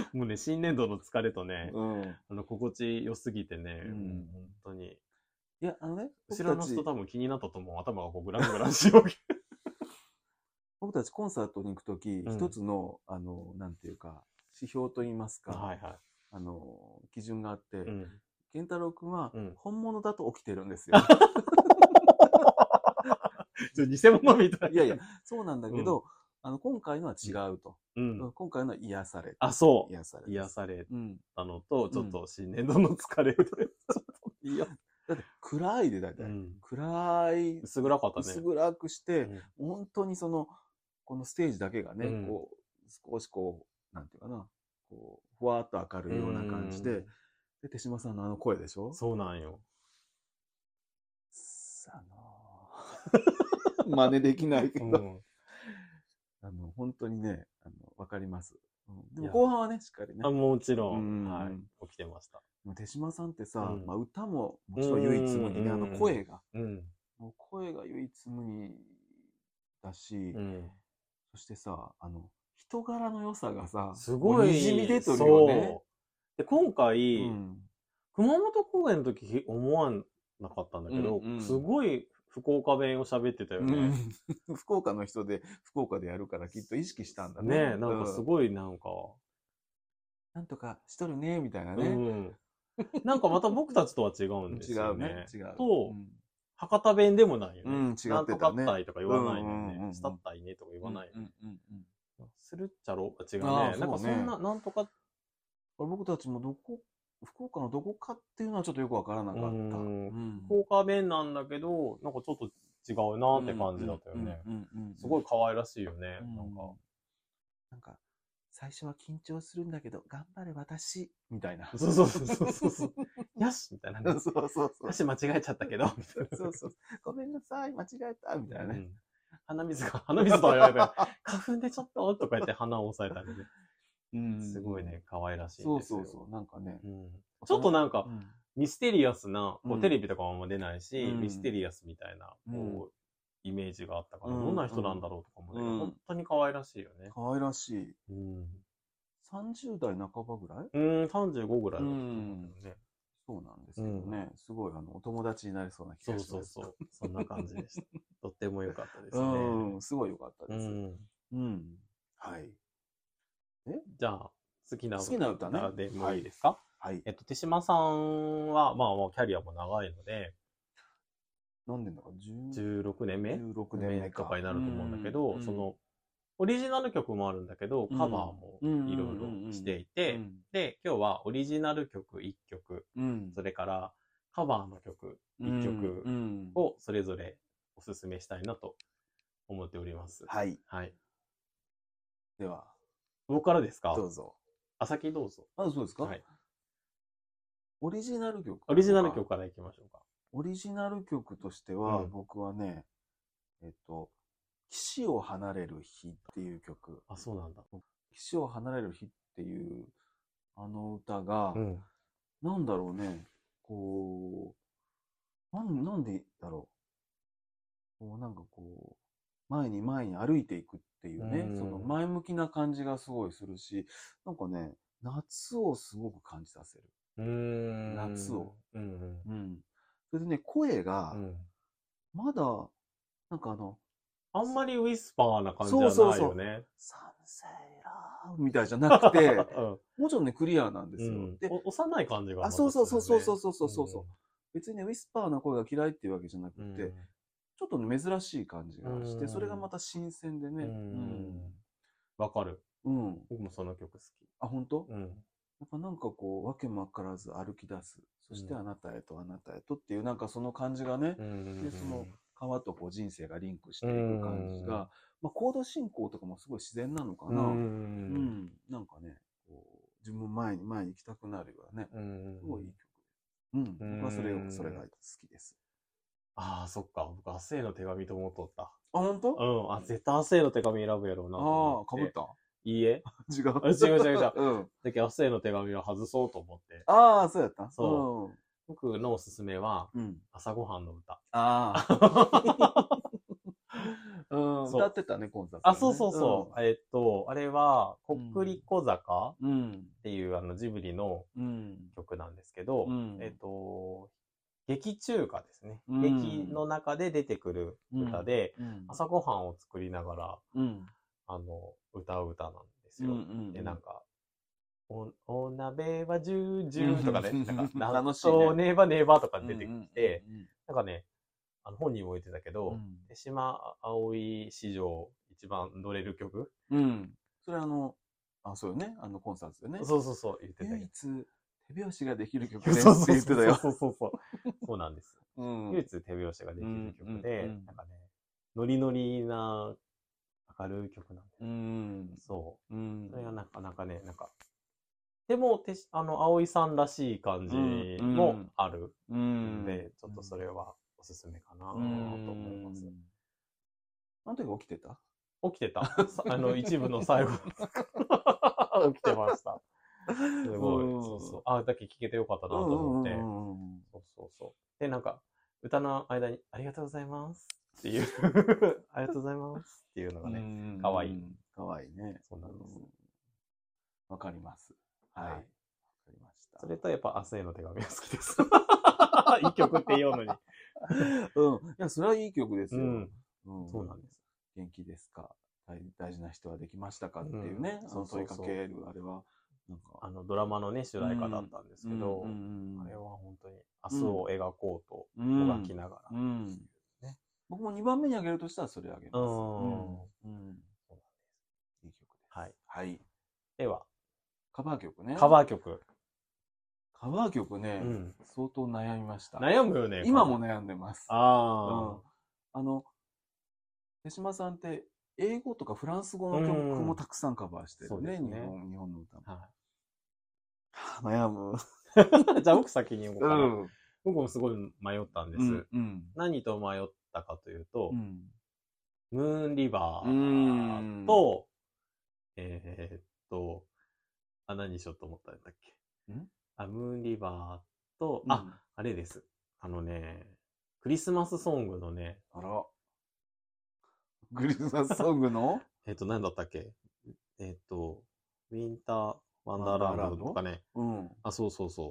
もうね、新年度の疲れとね、うん、あの、心地よすぎてね、うん、もう本当に。 いや、あのね、 後ろの人多分気になったと思う。頭がこうグラングランしよう。 僕たちコンサートに行くとき、うん、一つの、あの、なんていうか、指標といいますか、はいはい、あの、基準があって、うん、健太郎くんは本物だと起きてるんですよ。 偽物みたいな。 いやいや、そうなんだけど、うん、あの今回のは違うと。うん、今回のは癒された。あ、そう。癒された。癒されたのと、うん、ちょっと新年度の疲れで。いやだって暗いでだいたい、うん、暗い。 薄暗かったね。 薄暗くして、うん、本当にその、このステージだけがね、うん、こう、少しこう、なんていうかな、こう、ふわっと明るいような感じで、で、手島さんのあの声でしょ？ そうなんよ。 あのー、真似できないけど、うん、あの、本当にね、あの、わかります。うん、でも後半はね、しっかりね。 あ、もちろん、うん、はい、起きてました。 手島さんってさ、うん、まあ歌ももちろん唯一無二ね、あの声が、うん、もう声が唯一無二だし、うん、そしてさ、あの、人柄の良さがさ、 すごい、 にじみ出てるよね。 で、今回、うん、熊本公演の時思わなかったんだけど、うんうん、すごい福岡弁を喋ってたよね。 うん、福岡の人で福岡でやるからきっと意識したんだね。 ねえ、なんかすごいなんか、うん、 なんとかしとるね、みたいなね。うん、 なんかまた僕たちとは違うんですよね。 違うね。違う。 と、うん、博多弁でもないよね。うん、違ってたね。なんとかったいとか言わないのよね。したったいねとか言わないよね。するっちゃろ違うね。なんかそんな、なんとか。 僕たちもどこ、福岡のどこかっていうのはちょっとよくわからなかった。うん、 福岡弁なんだけど、なんかちょっと違うなって感じだったよね。すごい可愛らしいよね。なんか。 なんか、最初は緊張するんだけど、頑張れ私みたいな。 そうそうそうそうそう。よしみたいな、 ね。そうそうそう。 よし、間違えちゃったけど。 そうそう。ごめんなさい、間違えたみたいなね。うん、 鼻水が、鼻水とは言われて、花粉でちょっととか言って鼻を押さえたりね。うん、すごいね、可愛らしいんですよ。 そうそうそう、なんかね。 うん、ちょっとなんか、うん、ミステリアスな、こうテレビとかも出ないし、うん、ミステリアスみたいな、こう、イメージがあったから、うん、どんな人なんだろうとかもね、うん、本当に可愛らしいよね。 可愛らしい。うん、さんじゅう代半ばぐらい？ うん、さんじゅうごぐらいだと思うんだけどね。 そうなんですけどね、うん、すごいあのお友達になりそうな気がします。 そうそうそう。そんな感じでした。とっても良かったですね。 うん、すごい良かったです。うん。うん、はい。 えじゃあ、好きな歌、好きな歌ね、 でもいいですか？はい。はい、えっと、手島さんは、まあ、まあ、キャリアも長いので、 何年だかじゅうろくねんめ ?じゅうろくねんめか。 とかになると思うんだけど、その、オリジナル曲もあるんだけど、カバーもいろいろしていて、で、今日はオリジナル曲いっきょく、うん、それからカバーの曲いっきょくをそれぞれおすすめしたいなと思っております。 はい。 はい。 では。 僕からですか？ どうぞ。 あ、先どうぞ。 あ、そうですか？はい。オリジナル曲。 オリジナル曲からいきましょうか。 オリジナル曲としては、 うん僕はね、えっと、岸を離れる日っていう曲。 あ、そうなんだ。 岸を離れる日っていう、あの歌が、 うん。 なんだろうね、こう、なん、なんでだろう。こう、なんかこう、前に前に歩いていくっていうね、 うんその前向きな感じがすごいするし、なんかね、夏をすごく感じさせる。 うーん。 夏を。 うんうん。 うん。それでね、声がう、ん。 まだ、なんかあの、 あんまりウィスパーな感じじゃそうそうそう。 ないよね。 サンセイラーみたいじゃなくて、 うんもちろんね、クリアなんですよ。 うんで、 お幼い感じがあ、 またそうそうそうそうするよねそうそうそうそう。別にね、ウィスパーな声が嫌いっていうわけじゃなくうんて、ちょっとね、珍しい感じがして、 うんそれがまた新鮮でね。 ううんん。 わかる。 うん。 僕もその曲好き。 あ、本当？ うん。 やっぱなんかこう、わけもわからず歩き出す。そしてあなたへとあなたへとっていう、なんかその感じがね、 うんで、その川とこう人生がリンクしていく感じが、まあ、コード進行とかもすごい自然なのかな。 ううんん。なんかね、こう、自分も前に前に行きたくなるようなね、 うんすごいいい曲です。うん。僕はそれを、それが好きです。 ああ、そっか。僕、明日への手紙と思っとった。 あ、本当？ うん。あ、絶対明日への手紙選ぶやろうなと思ああ、かって。 ぶった？ いいえ。 違う。 あ違う違う違う。 うん。 だけど明日への手紙を外そうと思って。 ああ、そうやった。 そう僕のおすすめは、 うん。うん。 朝ごはんの歌。 ああ。うん、 そう歌ってたね、コンサート、ね。 あ、そうそうそう。えっと、あれは、こっくりこ坂うん。 っていうあのジブリのうん。 曲なんですけど、 うんえっと、劇中歌ですね。 うん劇の中で出てくる歌で、 うん。 朝ごはんを作りながら、 うん。 あの、歌う歌なんですよ。 うんうんで、なんか、お、お鍋はジュージューとかね、 うんなんか、 楽しいねそうネバネバとか出てきて、 うんうんなんかね、あの本人も言ってたけど、 うん手島葵史上一番乗れる曲うん。うん。それあの、あ、そうよね。あのコンサートでね。 そうそうそう、言ってたけど。 唯一手拍子ができる曲ですそうって言ってたよ。 そうそうそう。そうなんです。 うん唯一手拍子ができる曲で、 うんうんなんかね、ノリノリな明るい曲なんです。 うん。 そう。 うん。 それがなかなかね、なんか、でも、てしあの、葵さんらしい感じもあるうんので、ちょっとそれはおすすめかなと思います。 あの時起きてた？ 起きてた。あの、一部の最後。起きてました。すごい。そうそう。あ、だけ聞けてよかったなと思って。そうそうそう。で、なんか、歌の間に、ありがとうございますっていう、ありがとうございますっていうのがね、かわいい。 かわいいね。 そうなんです。 わかります。はい。わかりました。それとやっぱ、明日への手紙が好きです。いい曲って言おうのに。 うん。いや、それはいい曲ですよ。 そうなんです。 元気ですか？大事な人はできましたかっていうね。その問いかける、あれは。 なんかあのドラマのね、主題歌だったんですけど、あれは本当に明日を描こうともがきながら。 僕もにばんめにあげるとしたらそれあげます。うん。 そうなんです。 いい曲です。 はい。 はい。 では、 カバー曲ね。 カバー曲。 カバー曲ね、相当悩みました。 悩むよね。 今も悩んでます。 ああ。あの、手島さんって英語とかフランス語の曲もたくさんカバーしてるね。日本、日本の歌も。悩む。 じゃあ僕先に言おうかな。僕もすごい迷ったんです。何と迷ったかというと、ムーンリバーと、えっと、あ、何しようと思ったんだっけ。あ、ムーンリバーと、あ、あれです。あのね、クリスマスソングのね、 あら。クリスマスソングのえっと、何だったっけえっと、ウィンターワンダーランドとかね。うん。あ、そうそうそう。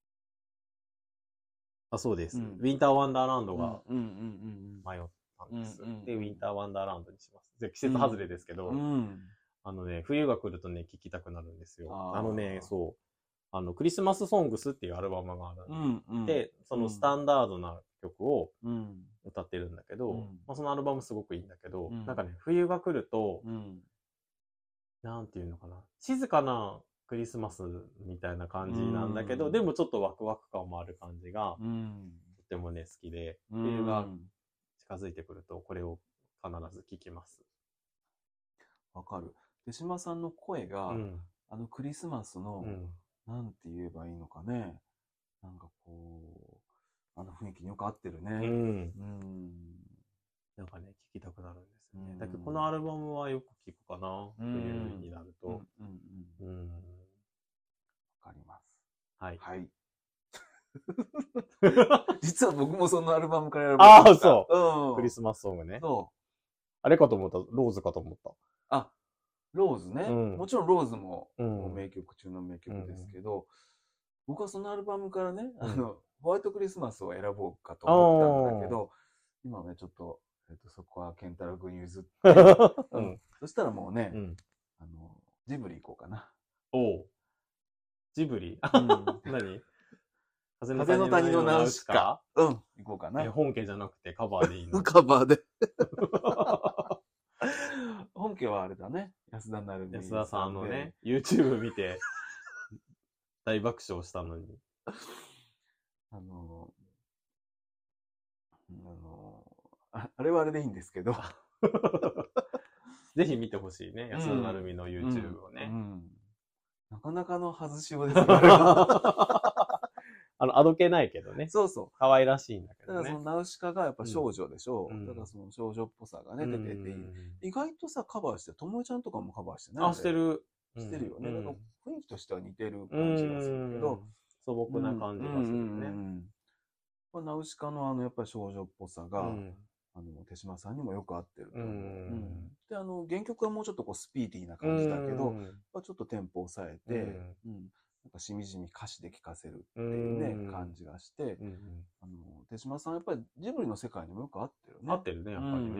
あ、そうです。ウィンターワンダーランドが迷ったんです。で、ウィンターワンダーランドにします。で、季節外れですけど、あのね、冬が来るとね、聴きたくなるんですよ。あのね、そう。あの、クリスマスソングスっていうアルバムがあるんで、そのスタンダードな曲を歌ってるんだけど、まあ、そのアルバムすごくいいんだけど、なんかね、冬が来ると、なんていうのかな、静かなクリスマスみたいな感じなんだけど、でもちょっとワクワク感もある感じが、とってもね、好きで、冬が近づいてくると、これを必ず聴きます。 わかる。手島さんの声が、あのクリスマスの、なんて言えばいいのかね。なんかこう、 あの雰囲気によく合ってるね。 うん。 うん。 なんかね、聴きたくなるんですよね。だけど、このアルバムはよく聴くかな、冬になると。うんうんうん。わかります。 はい。 はい。実は僕もそのアルバムから選ばれました。ああ、そう。 うん。 クリスマスソングね。 そう。 あれかと思った。ローズかと思った。 あ、ローズね。 うん、 もちろんローズも、 うん、 名曲中の名曲ですけど、うん、僕はそのアルバムからね、あの、ホワイトクリスマスを選ぼうかと思ったんだけど、今ね、ちょっと、えっと、そこはケンタロウ君に譲って、うん、そしたらもうね、うん、あの、ジブリ行こうかな。 おう。ジブリ、うん、何風の谷のナウシカ。うん、行こうかな。 え、本家じゃなくてカバーでいいの？ カバーで。本家はあれだね。安田成美。 安田さんのね、YouTube 見て、大爆笑したのに。 あの、あの、あ, あれはあれでいいんですけど。 ぜひ見てほしいね。安田成美の YouTube をね、うんうんうん。 なかなかの外しようですね。 あの、あどけないけどね。 そうそう。 可愛らしいんだけどね。 だからそのナウシカがやっぱ少女でしょ。うん、だからその少女っぽさがね、出てていい。意外とさ、カバーして、ともえちゃんとかもカバーしてない。 あ、してる。 してるよね。なんか雰囲気としては似てる感じがするけど。 素朴な感じがするよね。 ナウシカのあの、やっぱり少女っぽさが、うん、あの、手島さんにもよく合ってると思う。うん、で、あの、原曲はもうちょっとこうスピーディーな感じだけど、ちょっとテンポを抑えて、うん、なんかしみじみ歌詞で聴かせるっていうね、感じがして、あの、手島さんはやっぱりジブリの世界にもよく合ってるね。 合ってるね、やっぱりね。うんうん、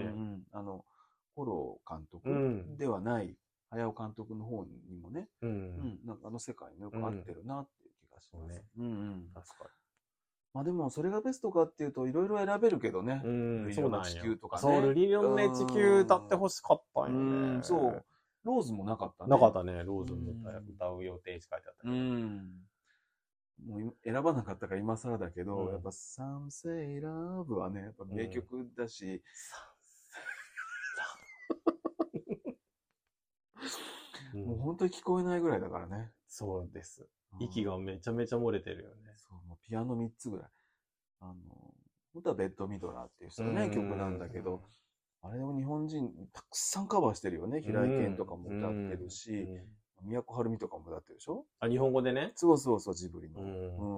あの、コロ監督ではない、早尾監督の方にもね、うん、うん、なんかあの世界によく合ってるなっていう気がします。うん、うん、確かに。まあでも、それがベストかっていうと、いろいろ選べるけどね。 うん、 そうなん地球とかね。 そう、ルリリオンの地球歌ってほしかったんよね。 うん、そう。ローズもなかったね。 なかったね。ローズも歌う予定って書いてあったけど。 うん。もう選ばなかったから今更だけど、うん、やっぱ Some Say Love はね、やっぱ名曲だし、うん、もう本当に聞こえないぐらいだからね。 そうです。息がめちゃめちゃ漏れてるよね。 そう、もうピアノみっつぐらい。あの、本当はベッドミドラーっていう人のね、曲なんだけど、あれを日本人たくさんカバーしてるよね。平井堅とかも歌ってるし、宮古晴美とかも歌ってるでしょ？ あ、日本語でね。 そうそうそう、ジブリの。うん。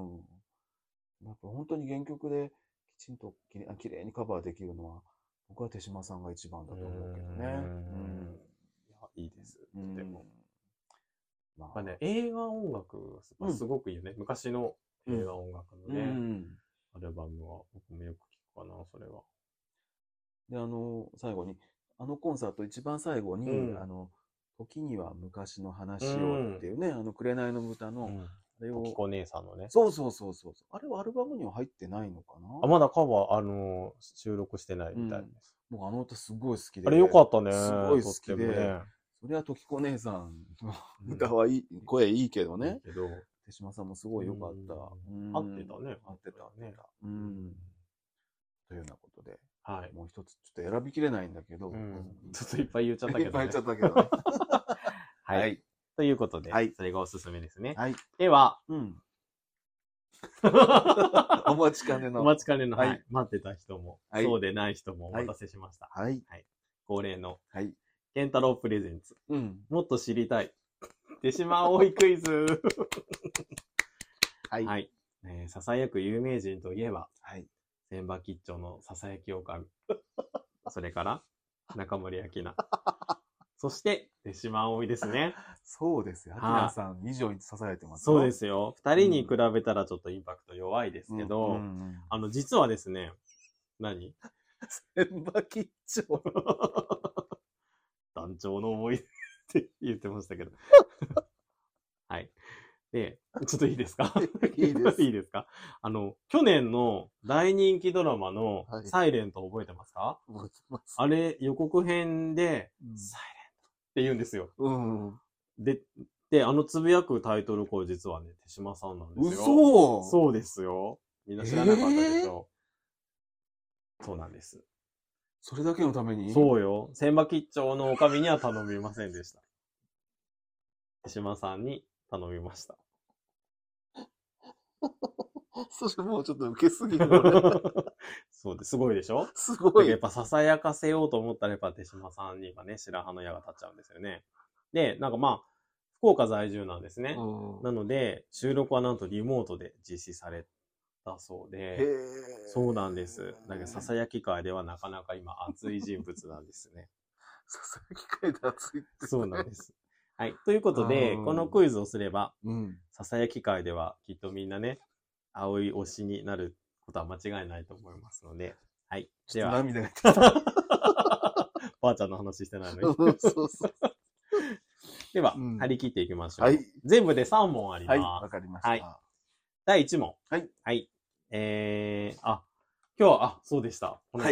うん、やっぱ本当に原曲できちんときれきれいにカバーできるのは、僕は手島さんが一番だと思うけどね。うん。 いや、いいです。とても。まあね、映画音楽がすごくいいよね。うん、昔の映画音楽のね、うん、アルバムは僕もよく聞くかな、それは。 で、あの、最後に、あのコンサート一番最後に、うん、あの、時には昔の話をっていうね、うん、あの、紅の豚の、うん、 あれを。時子姉さんのね。 そうそうそうそう。あれはアルバムには入ってないのかな？ あ、まだカバー、あのー、収録してないみたいです。 うん、僕あの歌すごい好きで。 あれよかったね。 すごい好きで。ね、そりゃ時子姉さんの歌はいい、うん、声いいけどね。 けど手島さんもすごい良かった。 合ってたね。 合ってた、合ってた。うん。というようなことで。 はい。 もう一つちょっと選びきれないんだけど。うん、 ちょっといっぱい言っちゃったけどね。 いっぱい言っちゃったけどね。 はい、はい。ということで、はい、それがおすすめですね。 はい。 では、 うん。お待ちかねの。 お待ちかねの、はい。待ってた人も、はい、そうでない人もお待たせしました。 はい。 はい。恒例の、 はい。 ケンタロウプレゼンツ。 うん。 もっと知りたい。手島葵クイズ。 はい。 はい。えー、ささやく有名人といえば、 はい。 千葉吉兆のささやきおかみ。それから、中森明菜。そして、手島葵ですね。 そうですよ。明菜さん以上に支えてますよ。そうですよ。二人に比べたらちょっとインパクト弱いですけど、うんうんうん、あの、実はですね、何千葉吉兆。 団長の思い出って言ってましたけど。はい。で、ちょっといいですか？ いいです。 いいですか？あの、去年の大人気ドラマのサイレント覚えてますか？ 覚えてます。 あれ、予告編で、うん、サイレントって言うんですよ。 うん。 で、で、あのつぶやくタイトルコール実はね、手島さんなんですよ。 嘘！ そうですよ。みんな知らなかったでしょ。えー、そうなんです。 それだけのために？ そうよ。千葉吉兆のおかみには頼みませんでした。手島さんに頼みました。 そしてもうちょっと受けすぎるよね。 そうです。すごいでしょすごい。 やっぱささやかせようと思ったらやっぱ手島さんにはね、白羽の矢が立っちゃうんですよね。で、なんかまあ、福岡在住なんですね。なので、収録はなんとリモートで実施されたそうで、そうなんです。だけど、ささやき会ではなかなか今熱い人物なんですね。 ささやき会で熱いって、ね。 そうなんです。はい。ということで、このクイズをすれば、うん、ささやき会ではきっとみんなね、青い推しになることは間違いないと思いますので、はい。では、 涙が出てきた。 ばあちゃんの話してないのに。そうそう。では、うん、張り切っていきましょう。はい。全部でさん問あります。はい、 わかりました。はい。 だいいち問。 はい。 はい。えー、あ、今日は、あ、そうでした。 はい。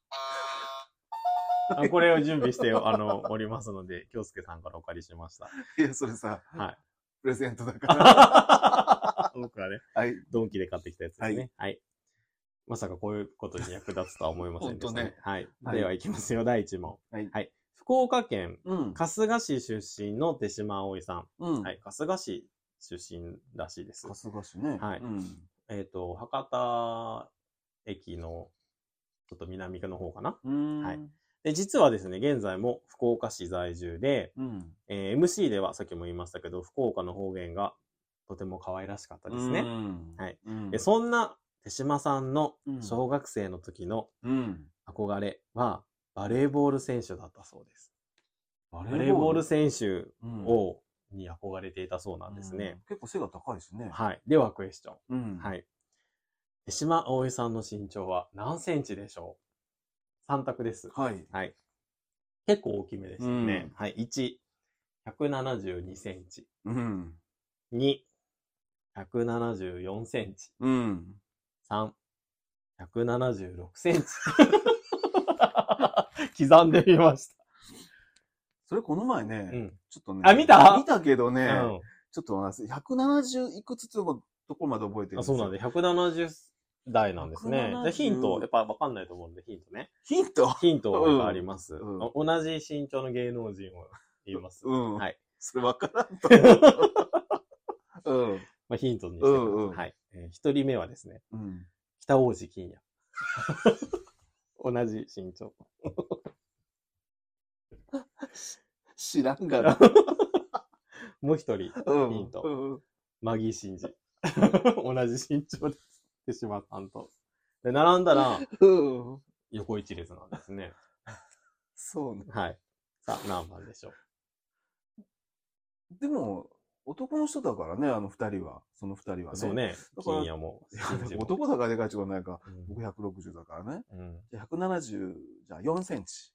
あこれを準備して、あの、おりますので、京介さんからお借りしました。 いや、それさ、 はい。 プレゼントだから。 僕はね、 はい。 ドンキで買ってきたやつですね。はい。はい、まさかこういうことに役立つとは思いませんでしたね。ねはい。はい、では、いきますよ。だいいち問。はい。はい。福岡県、うん、春日市出身の手島葵さん。うん、はい。春日市出身らしいです。 春日市ね。 はい。うん、えっと、博多駅のちょっと南の方かな。はい。で、実はですね、現在も福岡市在住で、うんえー、エムシー ではさっきも言いましたけど、福岡の方言がとても可愛らしかったですね。はい。うん、でそんな手島さんの小学生の時の憧れはバレーボール選手だったそうです。バレーボール、バレーボール選手を、うん、に憧れていたそうなんですね。 うん、結構背が高いですね。 はい。ではクエスチョン。うん、はい。手島葵さんの身長は何センチでしょう？さん択です。 はい。 はい。結構大きめですよね。うん、はい。いち、ひゃくななじゅうにセンチ。うん。に、ひゃくななじゅうよんセンチ。うん。さん、ひゃくななじゅうろくセンチ。刻んでみました。 それこの前ね、うん、ちょっとね。 あ、見た？ 見たけどね、うん、ちょっとひゃくななじゅういくつつのとこまで覚えてるんですよ。 あ、そうなんで、ひゃくななじゅう代なんですね。でヒント、やっぱわかんないと思うんで、ヒントね。 ヒントヒントがあります。うんうん、同じ身長の芸能人を言います。 うん。 はい。 それわからんと思う。うん。まあヒントにしてください。うんうん、はい。えー、一人目はですね、うん、北大路欣也。同じ身長。 知らんがな。 もう一人、ヒント。うんうん、マギー真司。同じ身長です。手島さんと。で、並んだら、横一列なんですね。 そうね。 はい。さあ、何番でしょう。でも、男の人だからね、あの二人は。その二人はね。 そうね。金也も。 男だからでかいちことないか。うん、僕ひゃくろくじゅうだからね。うん、じゃあひゃくななじゅう、じゃあよんセンチ。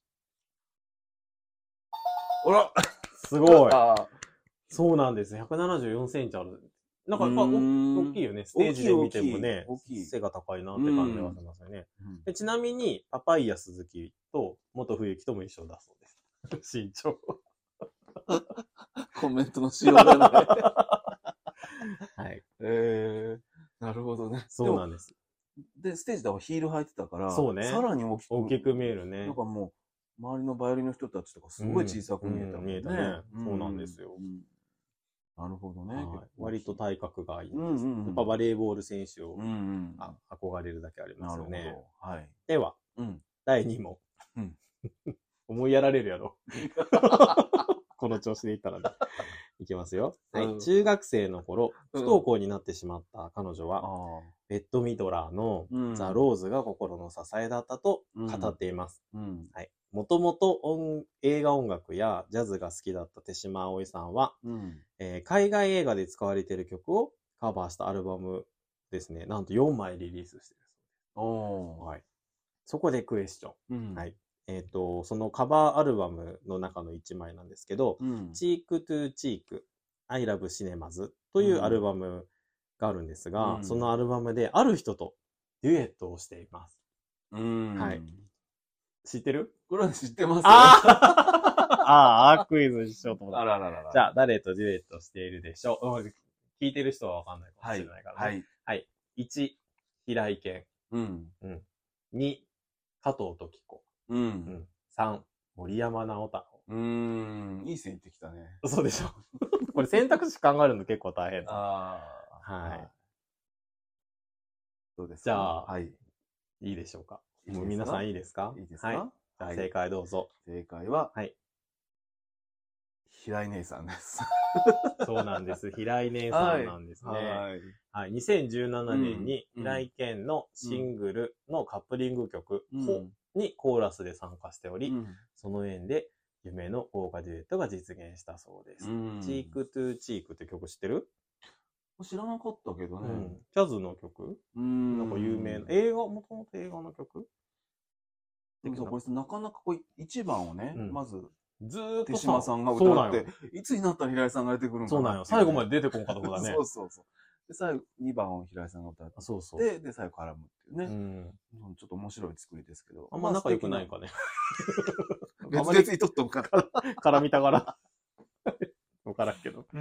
ほらすごい。そうなんです。ひゃくななじゅうよんセンチある。なんかやっぱ大きいよね。ステージで見てもね、背が高いなって感じがしますよね。でちなみに、パパイヤ鈴木と元冬木とも一緒だそうです。身長。 コメントのしようがない。 はい。 えー、なるほどね。 そうなんです。 で、ステージではヒール履いてたから、 そうね。 さらに大きく大きく見えるね。 なんかもう、周りのバイオリンの人たちとかすごい小さく見えたもんね。 見えたね。そうなんですよ。 なるほどね。 はい、割と体格がいいんです。うんうんうん、やっぱバレーボール選手を、うんうん、あ憧れるだけありますよね。なるほど。はい、では、うん、だいに問。うん、思いやられるやろ。この調子でいったらね。いきますよ。はい、うん。中学生の頃、不登校になってしまった彼女は、うん、ベッドミドラーのザ・ローズが心の支えだったと語っています。うんうんはいもともと映画音楽やジャズが好きだった手島葵さんは、うんえー、海外映画で使われている曲をカバーしたアルバムですね、なんとよんまいリリースしているそうです。はい、そこでクエスチョン。うんはいえーと。そのカバーアルバムの中のいちまいなんですけど、うん、チークトゥチーク、I Love Cinemas というアルバムがあるんですが、うん、そのアルバムである人とデュエットをしています。うんはい知ってる？ これは知ってますよ。 ああ、クイズしようと思った。 あらららら。 じゃあ、誰とデュエットしているでしょう？聞いてる人はわかんないかもしれないからね。はい。はい。いち、平井堅。うん。うん。に、加藤時子。うん。うん。さん、森山直太朗。 うーん。いい線いってきたね。 そうでしょ。これ選択肢考えるの結構大変だ。ああ。はい。 どうですか？ じゃあ、 はい。 いいでしょうか？ いいですか？ もう皆さんいいですか？ いいですか？ はい。じゃあ正解どうぞ。 正解は、 はい。 平井姉さんです。 そうなんです。平井姉さんなんですね。はい。はい、にせんじゅうななねんに平井堅のシングルのカップリング曲、うん、ほにコーラスで参加しており、うん、その縁で夢の豪華デュエットが実現したそうです。うん、チークトゥーチークって曲知ってる？ 知らなかったけどね。うん、 ジャズの曲？うん。なんか有名な。映画、もともと映画の曲？ でもさ、これなかなかこう、一番をね、うん、まず、 ずーっと手島さんが歌って、いつになったら平井さんが出てくるんかな、ね。 そうなんよ。最後まで出てこんかとこだね。 そうそうそう。で、最後、にばんを平井さんが歌って、そうそうで、で、最後絡むっていうね。うん。ちょっと面白い作りですけど。 あんま仲良くないかね。 別々に撮っとんかな。 絡みたがら。わからんけど。うん。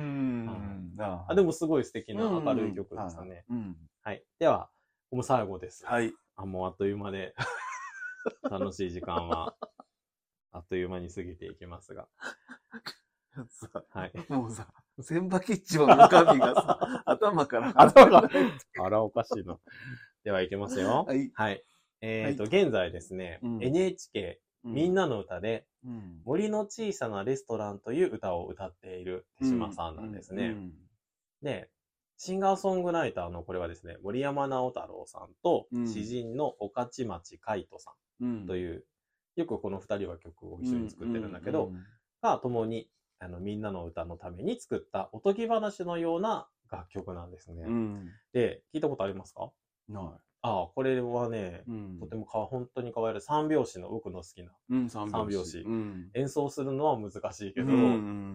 あ、でもすごい素敵な明るい曲でしたね。はい。では、もう最後です。はい。あ、もうあっという間で、楽しい時間は、あっという間に過ぎていきますが。 はい。もうさ、千葉吉兆の中身がさ、頭から。頭が。 あら、おかしいな。では、いきますよ。はい。はい。えっと、現在ですね、エヌエイチケー、みんなの歌で、森の小さなレストランという歌を歌っている手島さんなんですね。で、シンガーソングライターのこれはですね、森山直太朗さんと、詩人の岡地町海人さんという、よくこの二人は曲を一緒に作ってるんだけど、が共に、あの、みんなの歌のために作ったおとぎ話のような楽曲なんですね。うん、で、聞いたことありますか？ない。ああ、これはね、うん、とてもか本当に可愛い三拍子の僕の好きな、うん、三拍子。うん、演奏するのは難しいけど、うん、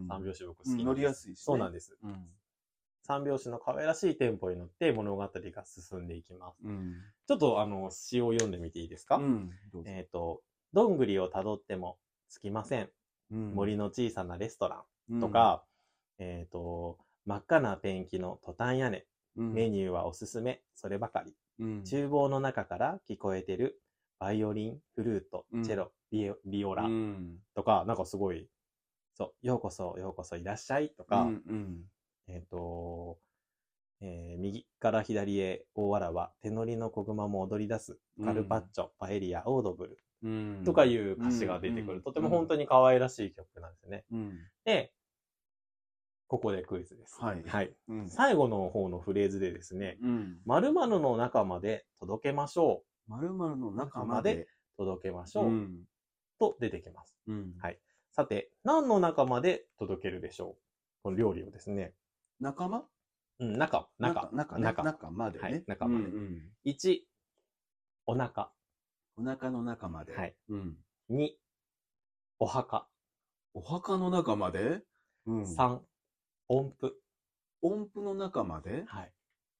三拍子僕好きなんです。乗りやすいし、ね。そうなんです。うん、三拍子の可愛らしいテンポに乗って物語が進んでいきます。うん、ちょっとあの、詩を読んでみていいですか？うん、えっと、どんぐりをたどってもつきません。うん、森の小さなレストランとか、うん、えっと、真っ赤なペンキのトタン屋根、うん、メニューはおすすめ、そればかり。うん、厨房の中から聞こえてるバイオリン、フルート、チェロ、ビオ、ビオラとか、なんかすごい、そう、ようこそ、ようこそいらっしゃいとか、うんうん、えっと、えー、右から左へ大わらわ、手乗りの子熊も踊り出す、カルパッチョ、パエリア、オードブル、うん、とかいう歌詞が出てくる、うん、とても本当に可愛らしい曲なんですね。うん、で、ここでクイズです。はい。はい。うん、最後の方のフレーズでですね、うん、〇〇の中まで届けましょう。〇〇の中まで届けましょう。うん、と出てきます。うん、はい。さて、何の中まで届けるでしょう？この料理をですね。 仲間？ うん、中、中、 中、中、中までね。はい、 中まで。うんうん、いち、お腹。 お腹の中まで。はい。 うん、に、お墓。 お墓の中まで？ うん、さん、音符。 音符の中まで？はい。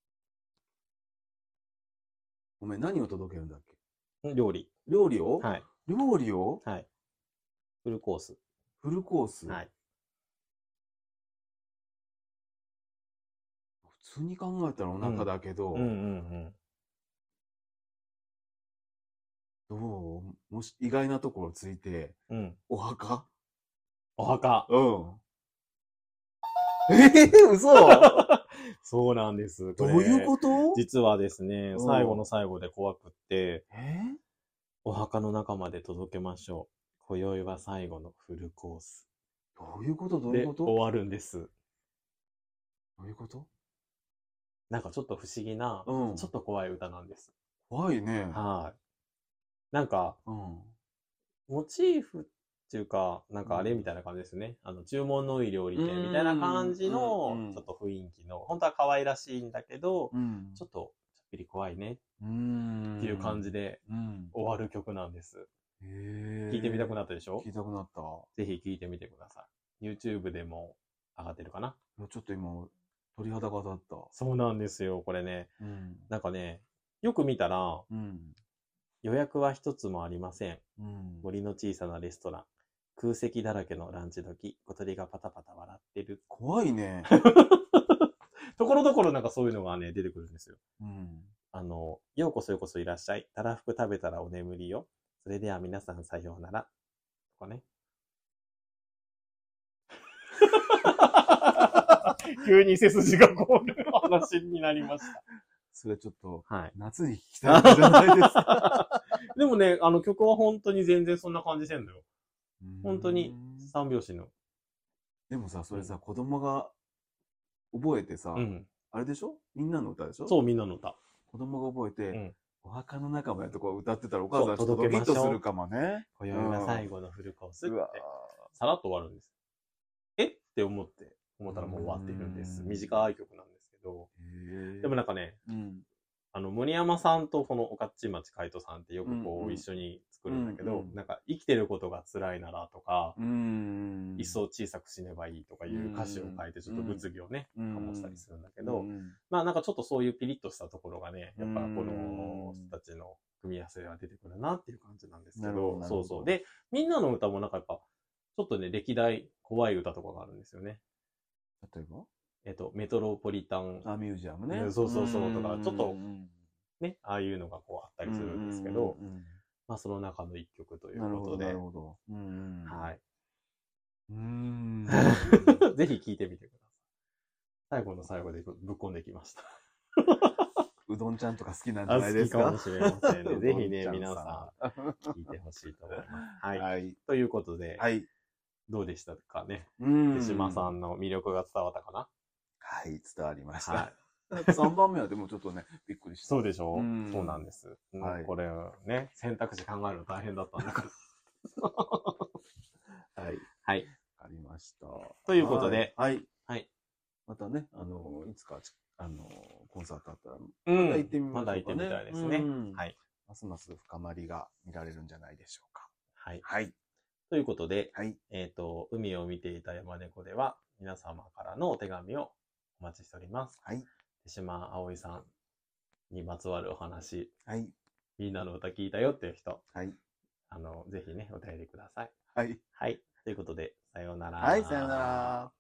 ごめん、何を届けるんだっけ？料理。 料理を？ はい。 料理を？ はい。フルコース。 フルコース。はい。普通に考えたらお腹だけど、うん、うんうんうんどう？もし意外なところついて、うん、お墓？ お墓。 うん。えー、嘘そうなんです。 どういうこと？ 実はですね、最後の最後で怖くって、えー、お墓の中まで届けましょう。今宵は最後のフルコース。 どういうこと？どういうこと？ で終わるんです。 どういうこと？ なんかちょっと不思議な、うん、ちょっと怖い歌なんです。 怖いね。 はい。なんか、うん、モチーフっていうか、なんかあれみたいな感じですね。うん、あの、注文の多い料理店みたいな感じの、ちょっと雰囲気の、本当は可愛らしいんだけど、うん、ちょっと、ちょっぴり怖いねっていう感じで終わる曲なんです。へー、聞いてみたくなったでしょ？ 聞いたくなった。 ぜひ聞いてみてください。YouTube でも上がってるかな？ ちょっと今、鳥肌が立った。 そうなんですよ、これね。うん、なんかね、よく見たら、うん、予約は一つもありません。うん、森の小さなレストラン。空席だらけのランチ時。小鳥がパタパタ笑ってる。 怖いね。 ところどころなんかそういうのがね、出てくるんですよ。うん、あの、ようこそようこそいらっしゃい。たらふく食べたらお眠りよ。それでは皆さんさようなら。とかね。急に背筋が凍る話になりました。 それちょっと、 はい。 夏に聴きたいじゃないですか。 でもね、あの曲は本当に全然そんな感じしてんのよ。本当に三拍子の。 でもさ、それさ、子供が覚えてさ、うん、あれでしょ？みんなの歌でしょ？ そう、みんなの歌。 子供が覚えて、うん、お墓の中までとか歌ってたらお母さんちょっとドキッとするかもね。 今宵が最後のフルコースって、さらっと終わるんです。えって思って、思ったらもう終わっているんです。短い曲なんですけど。でもなんかね、うん、あの、森山さんとこのおかっち町海人さんってよくこう、うんうん、一緒に作るんだけど、うんうん、なんか生きてることが辛いならとか、うん、一層小さく死ねばいいとかいう歌詞を書いてちょっと物議をね、うん、醸したりするんだけど、うん、まあなんかちょっとそういうピリッとしたところがね、やっぱこの人たちの組み合わせが出てくるなっていう感じなんですけど、そうそう。で、みんなの歌もなんかやっぱ、ちょっとね、歴代怖い歌とかがあるんですよね。 例えばえっと、メトロポリタン。 あ、ミュージアムね。 そうそうそう。とか、ちょっと、ね、ああいうのがこうあったりするんですけど、まあその中の一曲ということで。 なるほど。 はい。 うーんぜひ聴いてみてください。最後の最後でぶっこんできました。 うどんちゃんとか好きなんじゃないですか？ 好きかもしれませんね。ぜひね、皆さん聴いてほしいと思います。はい。はい、ということで、はい、どうでしたかね。手島さんの魅力が伝わったかな？ はい、伝わりました。はい、さんばんめはでもちょっとね、びっくりした。 そうでしょう、うそうなんです。はい、これね、選択肢考えるの大変だったんだから。はい。はい。 わかりました。 ということで、 はい。はい。またね、あの、いつか、あの、コンサートあったら、また行ってみましょうかね。 まだ行ってみたいですね。はい。 ますます深まりが見られるんじゃないでしょうか。 はい。はい。ということで、はい、えっと、海を見ていた山猫では、皆様からのお手紙をお待ちしております。はい。手島葵さんにまつわるお話。はい。みんなの歌聞いたよっていう人。はい。あの、ぜひね、お便りください。はい。はい。ということで、さようなら。 はい、さようなら。